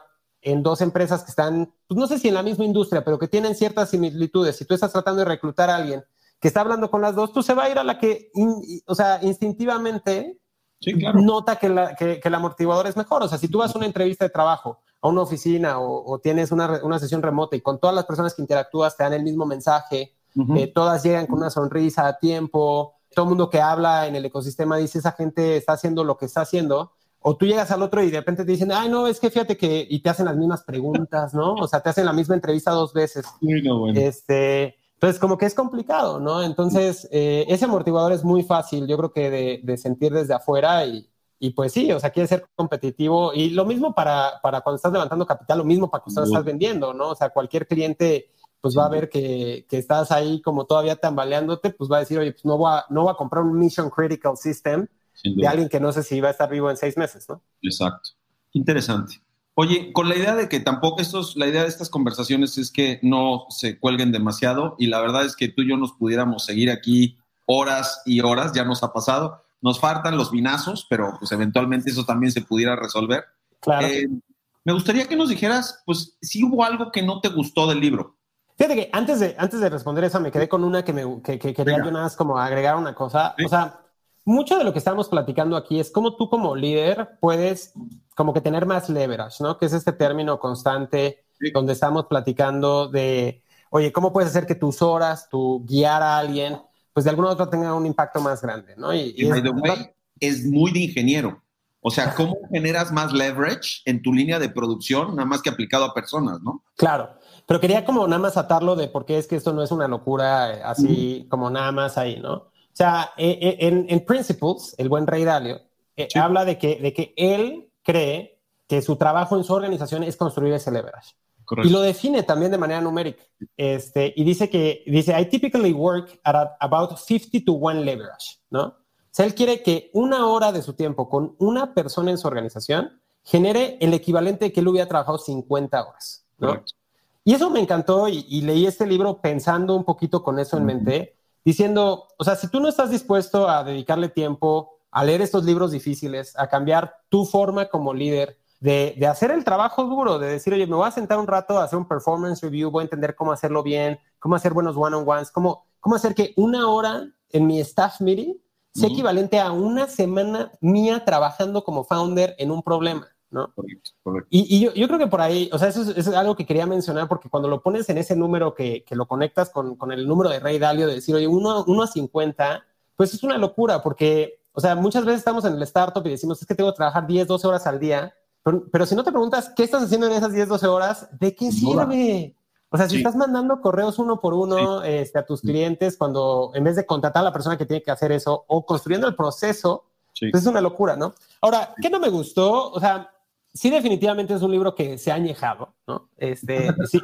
en dos empresas que están, pues no sé si en la misma industria, pero que tienen ciertas similitudes. Si tú estás tratando de reclutar a alguien que está hablando con las dos, pues se va a ir a la que, in, o sea, instintivamente sí, claro. nota que, la, que, que el amortiguador es mejor. O sea, si tú vas a una entrevista de trabajo, a una oficina o, o tienes una, una sesión remota y con todas las personas que interactúas te dan el mismo mensaje, uh-huh. eh, todas llegan con una sonrisa a tiempo, todo el mundo que habla en el ecosistema dice esa gente está haciendo lo que está haciendo, o tú llegas al otro y de repente te dicen, ay, no, es que fíjate que, y te hacen las mismas preguntas, ¿no? O sea, te hacen la misma entrevista dos veces. Sí, no, bueno. Este, entonces, como que es complicado, ¿no? Entonces, eh, ese amortiguador es muy fácil, yo creo que de, de sentir desde afuera y, y pues sí, o sea, quieres ser competitivo y lo mismo para, para cuando estás levantando capital, lo mismo para cuando estás vendiendo, ¿no? O sea, cualquier cliente pues va a ver que, que estás ahí como todavía tambaleándote, pues va a decir, oye, pues no voy a, no voy a comprar un mission critical system de alguien que no sé si va a estar vivo en seis meses, ¿no? Exacto. Interesante. Oye, con la idea de que tampoco estos, la idea de estas conversaciones es que no se cuelguen demasiado y la verdad es que tú y yo nos pudiéramos seguir aquí horas y horas, ya nos ha pasado. Nos faltan los vinazos, pero pues eventualmente eso también se pudiera resolver. Claro. Eh, me gustaría que nos dijeras, pues, si hubo algo que no te gustó del libro. Fíjate que antes de, antes de responder eso me quedé con una que, me, que, que quería Venga. yo nada más como agregar una cosa. ¿Sí? O sea, mucho de lo que estamos platicando aquí es cómo tú como líder puedes como que tener más leverage, ¿no? Que es este término constante sí. donde estamos platicando de, oye, ¿cómo puedes hacer que tus horas, tu guiar a alguien, pues de alguna u otra tenga un impacto más grande, ¿no? Y, y, y by the way, es muy de ingeniero. O sea, ¿cómo generas más leverage en tu línea de producción, nada más que aplicado a personas, ¿no? Claro. Pero quería como nada más atarlo de por qué es que esto no es una locura así uh-huh. como nada más ahí, ¿no? O sea, en, en Principles, el buen Ray Dalio, eh, sí. habla de que, de que él cree que su trabajo en su organización es construir ese leverage. Correcto. Y lo define también de manera numérica. Este, y dice que, dice, I typically work at a, about fifty to one leverage, ¿no? O sea, él quiere que una hora de su tiempo con una persona en su organización genere el equivalente de que él hubiera trabajado cincuenta horas, ¿no? Correcto. Y eso me encantó y, y leí este libro pensando un poquito con eso en mente, diciendo, o sea, si tú no estás dispuesto a dedicarle tiempo a leer estos libros difíciles, a cambiar tu forma como líder, de, de hacer el trabajo duro, de decir, oye, me voy a sentar un rato a hacer un performance review, voy a entender cómo hacerlo bien, cómo hacer buenos one-on-ones, cómo, cómo hacer que una hora en mi staff meeting sea uh-huh. equivalente a una semana mía trabajando como founder en un problema, ¿no? Correcto, correcto. Y, y yo, yo creo que por ahí, o sea, eso es, eso es algo que quería mencionar porque cuando lo pones en ese número que, que lo conectas con, con el número de Ray Dalio, de decir, oye, uno, uno a cincuenta, pues es una locura porque, o sea, muchas veces estamos en el startup y decimos, es que tengo que trabajar diez, doce horas al día, pero, pero si no te preguntas, ¿qué estás haciendo en esas diez, doce horas? ¿De qué sirve? O sea, si sí. estás mandando correos uno por uno sí. este, a tus sí. clientes cuando, en vez de contratar a la persona que tiene que hacer eso o construyendo el proceso, sí. pues es una locura, ¿no? Ahora, ¿qué no me gustó? O sea, sí, definitivamente es un libro que se ha añejado, ¿no? Este, sí.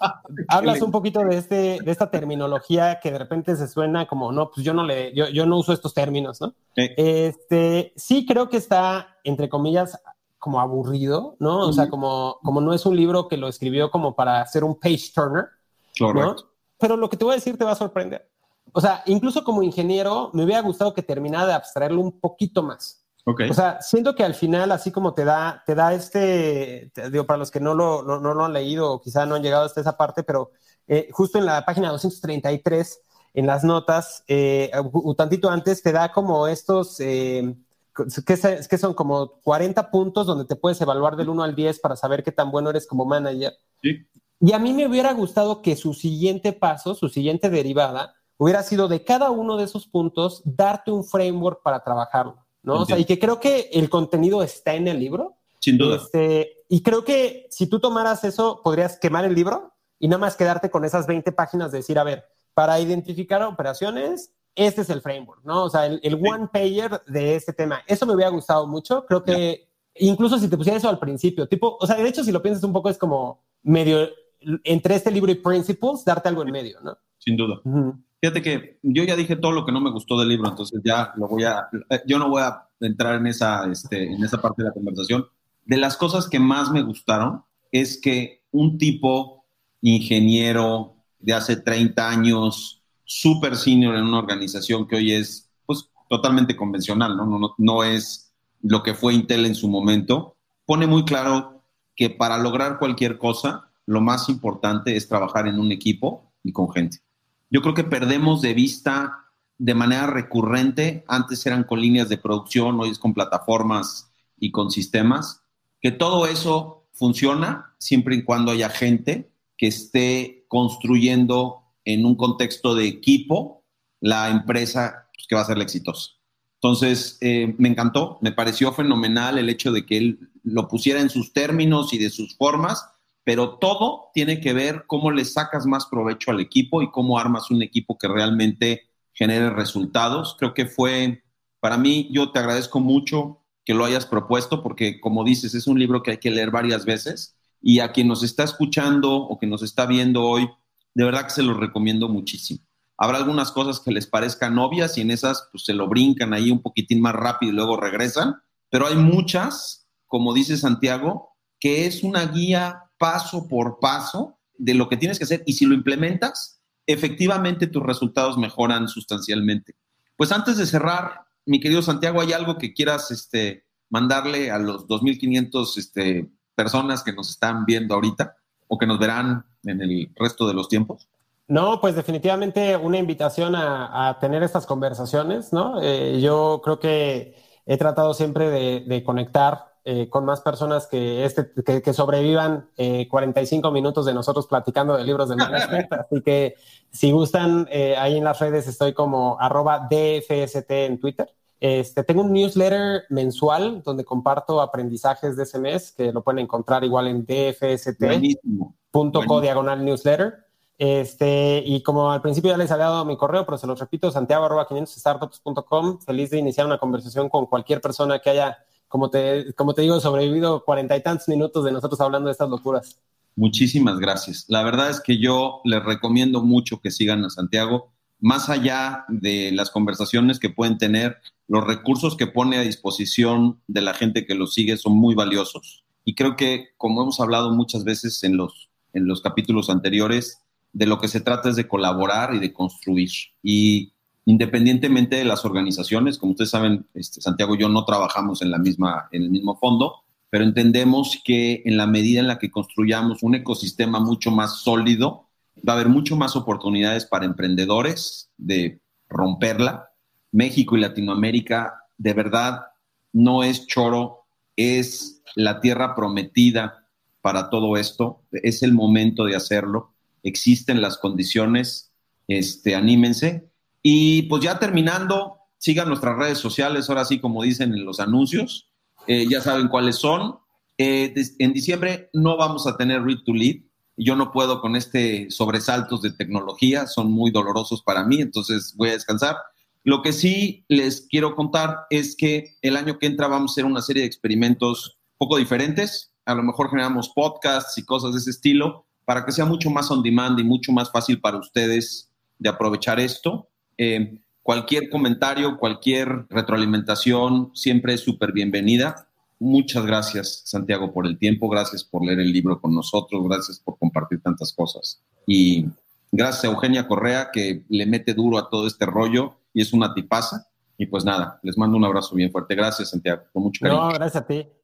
Hablas un poquito de, este, de esta terminología que de repente se suena como, no, pues yo no le, yo, yo no uso estos términos, ¿no? Sí. Este, sí creo que está, entre comillas, como aburrido, ¿no? O sea, como, como no es un libro que lo escribió como para hacer un page turner, ¿no? Pero lo que te voy a decir te va a sorprender. O sea, incluso como ingeniero, me hubiera gustado que terminara de abstraerlo un poquito más. Okay. O sea, siento que al final, así como te da, te da este, te, digo, para los que no lo, no, no lo han leído o quizá no han llegado hasta esa parte, pero eh, justo en la página doscientos treinta y tres, en las notas, eh, un tantito antes, te da como estos, eh, que, que son como cuarenta puntos donde te puedes evaluar del uno al diez para saber qué tan bueno eres como manager. Sí. Y a mí me hubiera gustado que su siguiente paso, su siguiente derivada, hubiera sido de cada uno de esos puntos, darte un framework para trabajarlo. ¿no? O sea, y que creo que el contenido está en el libro. Sin duda. Este, y creo que si tú tomaras eso, podrías quemar el libro y nada más quedarte con esas veinte páginas de decir, a ver, para identificar operaciones, este es el framework, ¿no? O sea, el, el sí. one pager de este tema. Eso me hubiera gustado mucho. Creo que yeah. incluso si te pusiera eso al principio, tipo, o sea, de hecho, si lo piensas un poco, es como medio entre este libro y Principles, darte algo en medio, ¿no? Sin duda. Uh-huh. Fíjate que yo ya dije todo lo que no me gustó del libro, entonces ya lo voy a, yo no voy a entrar en esa, este, en esa parte de la conversación. De las cosas que más me gustaron es que un tipo ingeniero de hace treinta años, súper senior en una organización que hoy es pues totalmente convencional, ¿no? No, no, no es lo que fue Intel en su momento, pone muy claro que para lograr cualquier cosa, lo más importante es trabajar en un equipo y con gente. Yo creo que perdemos de vista de manera recurrente, antes eran con líneas de producción, hoy es con plataformas y con sistemas, que todo eso funciona siempre y cuando haya gente que esté construyendo en un contexto de equipo la empresa pues, que va a ser la exitosa. Entonces, eh, me encantó, me pareció fenomenal el hecho de que él lo pusiera en sus términos y de sus formas, pero todo tiene que ver cómo le sacas más provecho al equipo y cómo armas un equipo que realmente genere resultados. Creo que fue, para mí, yo te agradezco mucho que lo hayas propuesto, porque como dices, es un libro que hay que leer varias veces, y a quien nos está escuchando o que nos está viendo hoy, de verdad que se lo recomiendo muchísimo. Habrá algunas cosas que les parezcan obvias y en esas pues se lo brincan ahí un poquitín más rápido y luego regresan, pero hay muchas, como dice Santiago, que es una guía paso por paso de lo que tienes que hacer, y si lo implementas, efectivamente tus resultados mejoran sustancialmente. Pues antes de cerrar, mi querido Santiago, ¿hay algo que quieras este, mandarle a los dos mil quinientas este, personas que nos están viendo ahorita o que nos verán en el resto de los tiempos? No, pues definitivamente una invitación a, a tener estas conversaciones, ¿no? Eh, yo creo que he tratado siempre de, de conectar eh, con más personas que, este, que, que sobrevivan eh, cuarenta y cinco minutos de nosotros platicando de libros de management. Así que si gustan, eh, ahí en las redes estoy como arroba D F S T en Twitter. Este, tengo un newsletter mensual donde comparto aprendizajes de ese mes, que lo pueden encontrar igual en d f s t punto co diagonal newsletter. Este, y como al principio ya les había dado mi correo, pero se los repito, santiago arroba quinientos startups punto com. Feliz de iniciar una conversación con cualquier persona que haya, como te, como te digo, sobrevivido cuarenta y tantos minutos de nosotros hablando de estas locuras. Muchísimas gracias. La verdad es que yo les recomiendo mucho que sigan a Santiago. Más allá de las conversaciones que pueden tener, los recursos que pone a disposición de la gente que lo sigue son muy valiosos. Y creo que, como hemos hablado muchas veces en los, en los capítulos anteriores, de lo que se trata es de colaborar y de construir. Y independientemente de las organizaciones, como ustedes saben, este, Santiago y yo no trabajamos en, la misma, en el mismo fondo, pero entendemos que en la medida en la que construyamos un ecosistema mucho más sólido, va a haber mucho más oportunidades para emprendedores de romperla. México y Latinoamérica, de verdad, no es choro, es la tierra prometida para todo esto. Es el momento de hacerlo. Existen las condiciones, este, anímense. Y pues ya terminando, sigan nuestras redes sociales, ahora sí, como dicen en los anuncios, eh, ya saben cuáles son. Eh, en diciembre no vamos a tener Read to Lead. Yo no puedo con este sobresaltos de tecnología, son muy dolorosos para mí, entonces voy a descansar. Lo que sí les quiero contar es que el año que entra vamos a hacer una serie de experimentos un poco diferentes. A lo mejor generamos podcasts y cosas de ese estilo para que sea mucho más on demand y mucho más fácil para ustedes de aprovechar esto. Eh, cualquier comentario, cualquier retroalimentación siempre es súper bienvenida. Muchas gracias, Santiago, por el tiempo. Gracias por leer el libro con nosotros. Gracias por compartir tantas cosas. Y gracias a Eugenia Correa, que le mete duro a todo este rollo y es una tipaza. Y pues nada, les mando un abrazo bien fuerte. Gracias, Santiago, con mucho cariño. No, gracias a ti.